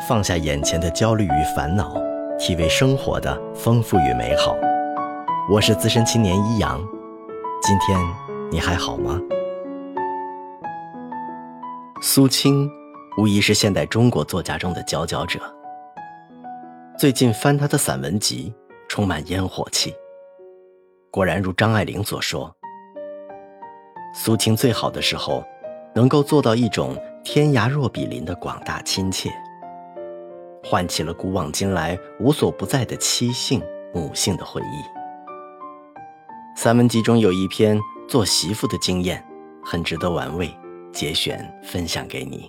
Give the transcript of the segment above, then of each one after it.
放下眼前的焦虑与烦恼，体味生活的丰富与美好。我是资深青年一阳，今天你还好吗？苏青无疑是现代中国作家中的佼佼者。最近翻他的散文集，充满烟火气。果然如张爱玲所说，苏青最好的时候，能够做到一种天涯若比邻的广大亲切，唤起了古往今来无所不在的妻性、母性的回忆。散文集中有一篇做媳妇的经验，很值得玩味，节选分享给你。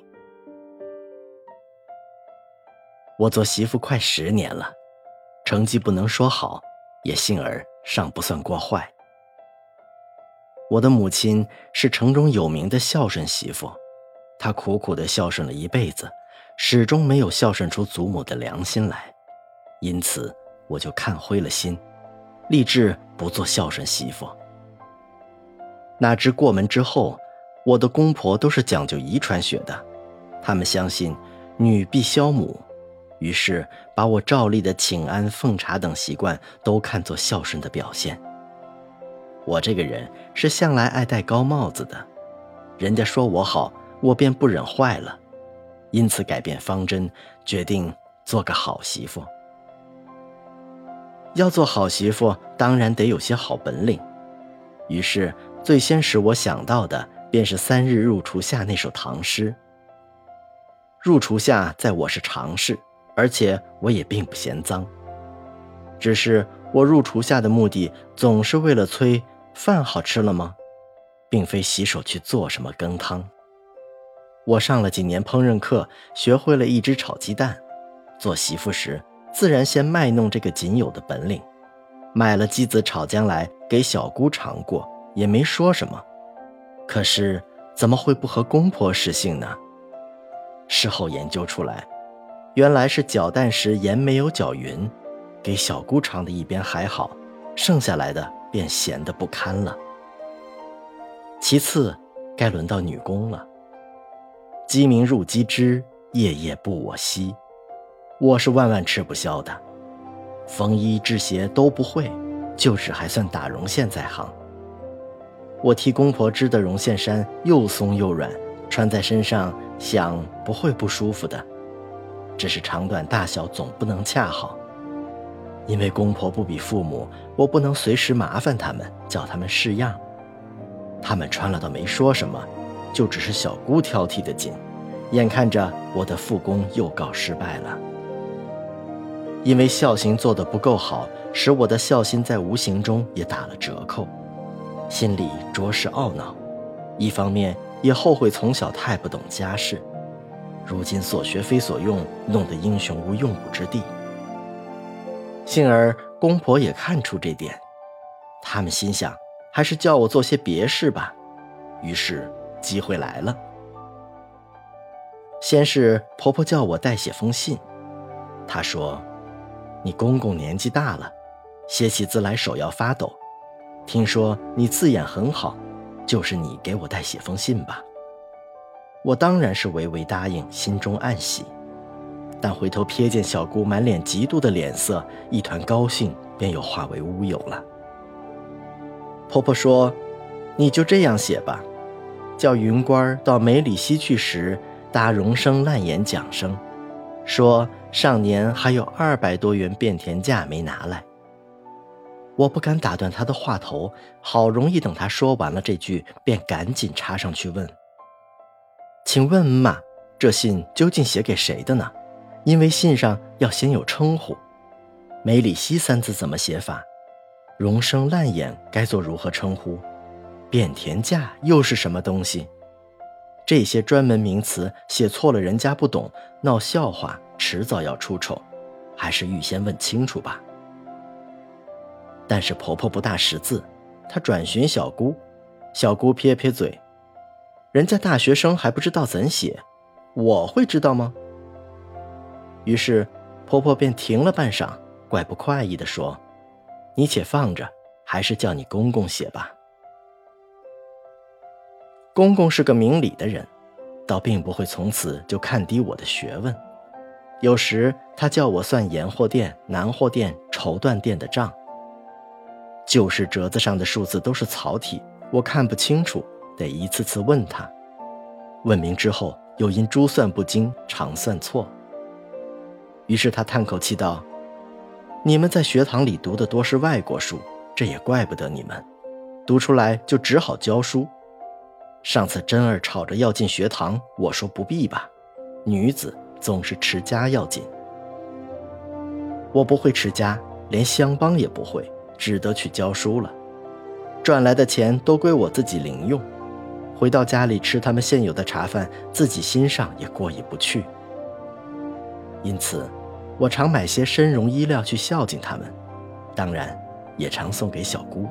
我做媳妇快10年了，成绩不能说好，也幸而尚不算过坏。我的母亲是城中有名的孝顺媳妇，她苦苦地孝顺了一辈子，始终没有孝顺出祖母的良心来，因此我就看灰了心，立志不做孝顺媳妇。哪知过门之后，我的公婆都是讲究遗传学的，他们相信女必孝母，于是把我照例的请安、奉茶等习惯都看作孝顺的表现。我这个人是向来爱戴高帽子的，人家说我好，我便不忍坏了，因此改变方针，决定做个好媳妇。要做好媳妇，当然得有些好本领，于是最先使我想到的便是3日入厨下那首唐诗。入厨下在我是常事，而且我也并不嫌脏，只是我入厨下的目的总是为了催饭好吃了吗，并非洗手去做什么羹汤。我上了几年烹饪课，学会了一只炒鸡蛋，做媳妇时自然先卖弄这个仅有的本领，买了鸡子炒姜来给小姑尝过，也没说什么。可是怎么会不合公婆适性呢？事后研究出来，原来是搅蛋时盐没有搅匀，给小姑尝的一边还好，剩下来的便咸得不堪了。其次该轮到女工了。鸡鸣入鸡汁，夜夜不我惜，我是万万吃不消的。缝衣织鞋都不会，就只还算打绒线在行。我替公婆织的绒线衫又松又软，穿在身上想不会不舒服的，只是长短大小总不能恰好。因为公婆不比父母，我不能随时麻烦他们，叫他们试样。他们穿了倒没说什么，就只是小姑挑剔的紧，眼看着我的复工又告失败了。因为孝行做得不够好，使我的孝心在无形中也打了折扣，心里着实懊恼，一方面也后悔从小太不懂家事，如今所学非所用，弄得英雄无用武之地。幸而公婆也看出这点，他们心想还是叫我做些别事吧，于是机会来了。先是婆婆叫我代写封信，她说，你公公年纪大了，写起字来手要发抖，听说你字眼很好，就是你给我代写封信吧。我当然是微微答应，心中暗喜，但回头瞥见小姑满脸嫉妒的脸色，一团高兴便又化为乌有了。婆婆说，你就这样写吧，叫云官到梅里西去时搭荣生烂眼讲声，说上年还有200多元变田价没拿来。我不敢打断她的话头，好容易等她说完了这句，便赶紧插上去问，请问妈，这信究竟写给谁的呢？因为信上要先有称呼，梅里西3字怎么写法？荣生烂眼该做如何称呼？变田价又是什么东西？这些专门名词写错了人家不懂，闹笑话，迟早要出丑，还是预先问清楚吧。但是婆婆不大识字，她转询小姑，小姑撇撇嘴，人家大学生还不知道怎写，我会知道吗？于是婆婆便停了半晌，怪不快意地说，你且放着，还是叫你公公写吧。公公是个明理的人，倒并不会从此就看低我的学问， 有时他叫我算盐货店、南货店、绸缎店的账，旧式折子上的数字都是草体，我看不清楚，得一次次问他。问明之后，又因珠算不精，常算错。于是他叹口气道：“你们在学堂里读的多是外国书，这也怪不得你们，读出来就只好教书。上次珍儿吵着要进学堂，我说不必吧，女子总是持家要紧。我不会持家，连乡邦也不会，只得去教书了。赚来的钱都归我自己零用，回到家里吃他们现有的茶饭，自己心上也过意不去。因此我常买些参茸衣料去孝敬他们，当然也常送给小姑。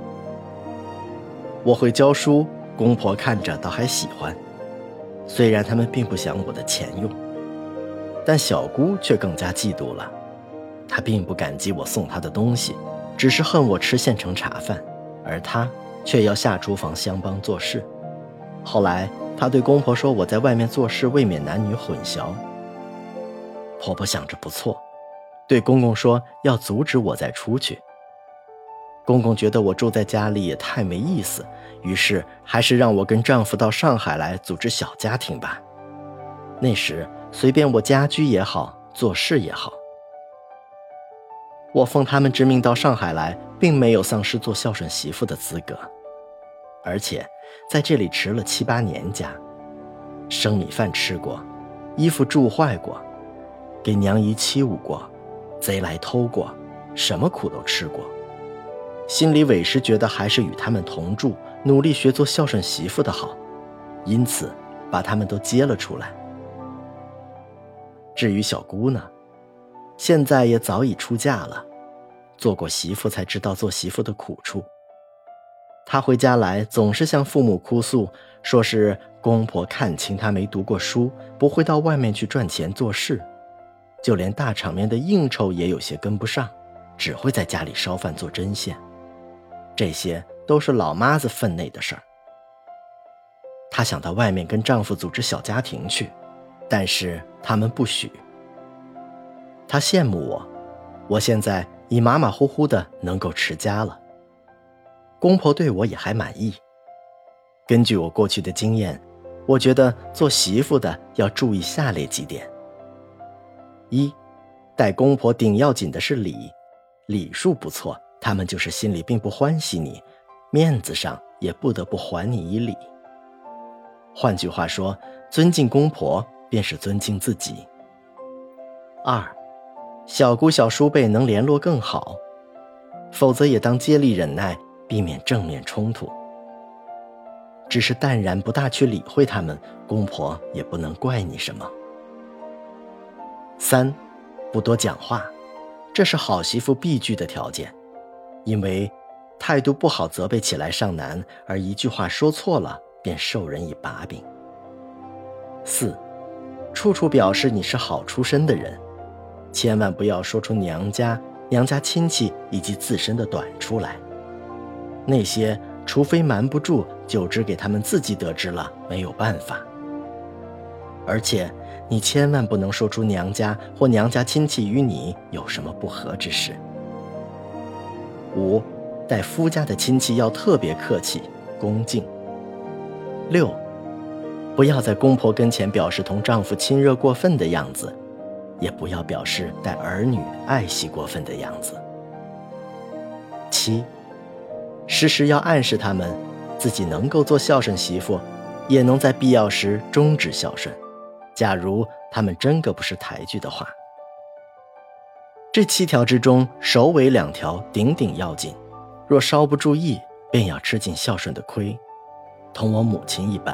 我会教书，公婆看着倒还喜欢，虽然他们并不想我的钱用，但小姑却更加嫉妒了。她并不感激我送她的东西，只是恨我吃现成茶饭，而她却要下厨房相帮做事。后来她对公婆说我在外面做事未免男女混淆。婆婆想着不错，对公公说要阻止我再出去。公公觉得我住在家里也太没意思，于是还是让我跟丈夫到上海来组织小家庭吧。那时随便我家居也好，做事也好。我奉他们之命到上海来，并没有丧失做孝顺媳妇的资格，而且在这里持了7、8年家，生米饭吃过，衣服住坏过，给娘姨欺侮过，贼来偷过，什么苦都吃过。心里委实觉得还是与他们同住，努力学做孝顺媳妇的好，因此把他们都接了出来。至于小姑呢，现在也早已出嫁了，做过媳妇才知道做媳妇的苦处。她回家来总是向父母哭诉，说是公婆看清她没读过书，不会到外面去赚钱做事，就连大场面的应酬也有些跟不上，只会在家里烧饭做针线。这些都是老妈子分内的事儿。她想到外面跟丈夫组织小家庭去，但是他们不许。她羡慕我，我现在已马马虎虎的能够持家了。公婆对我也还满意。根据我过去的经验，我觉得做媳妇的要注意下列几点：一，待公婆顶要紧的是礼，礼数不错，他们就是心里并不欢喜你，面子上也不得不还你一礼。换句话说，尊敬公婆便是尊敬自己。二，小姑小叔辈能联络更好，否则也当接力忍耐，避免正面冲突。只是淡然不大去理会他们，公婆也不能怪你什么。三，不多讲话，这是好媳妇必具的条件，因为态度不好责备起来尚难，而一句话说错了便受人以把柄。四，处处表示你是好出身的人，千万不要说出娘家亲戚以及自身的短处来，那些除非瞒不住，就只给他们自己得知了，没有办法。而且你千万不能说出娘家或娘家亲戚与你有什么不和之事。五，待夫家的亲戚要特别客气恭敬。六，不要在公婆跟前表示同丈夫亲热过分的样子，也不要表示待儿女爱惜过分的样子。七，时时要暗示他们自己能够做孝顺媳妇，也能在必要时终止孝顺，假如他们真个不是抬举的话。这7条之中，首尾2条顶顶要紧，若稍不注意，便要吃尽孝顺的亏，同我母亲一般。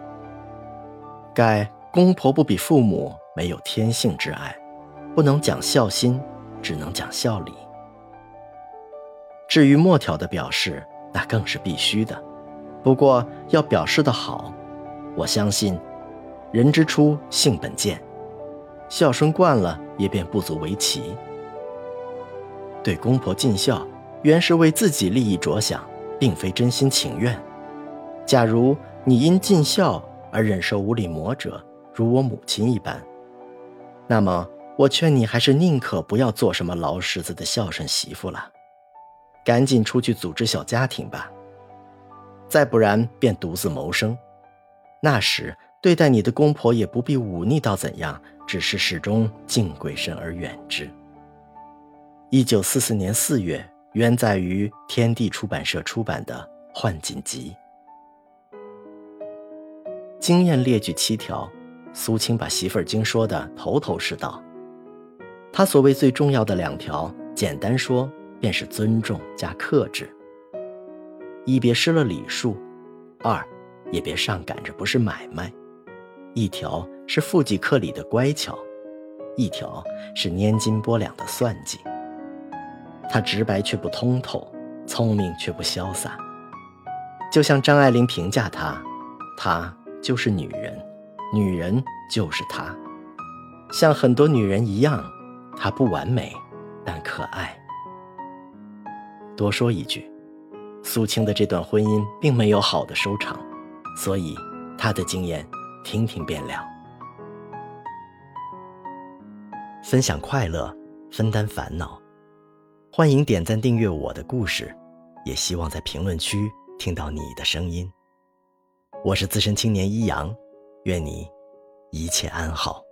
盖公婆不比父母，没有天性之爱，不能讲孝心，只能讲孝理。至于末条的表示，那更是必须的，不过要表示得好，我相信人之初性本贱，孝顺惯了也便不足为奇。对公婆尽孝，原是为自己利益着想，并非真心情愿。假如你因尽孝而忍受无理磨者，如我母亲一般， 那么我劝你还是宁可不要做什么劳什子的孝顺媳妇了，赶紧出去组织小家庭吧。再不然便独自谋生，那时对待你的公婆也不必忤逆到怎样，只是始终敬贵身而远之。1944年4月，原载于天地出版社出版的《幻锦集》。经验列举7条，苏青把媳妇儿经说得头头是道。他所谓最重要的2条，简单说便是尊重加克制。一别失了礼数，2也别上赶着不是买卖。1条是富己克礼的乖巧，1条是拈金拨两的算计。他直白却不通透，聪明却不潇洒。就像张爱玲评价他，她就是女人，女人就是她。像很多女人一样，她不完美，但可爱。多说一句，苏青的这段婚姻并没有好的收场，所以她的经验听听便了。分享快乐，分担烦恼。欢迎点赞订阅我的故事，也希望在评论区听到你的声音。我是资深青年一阳，愿你一切安好。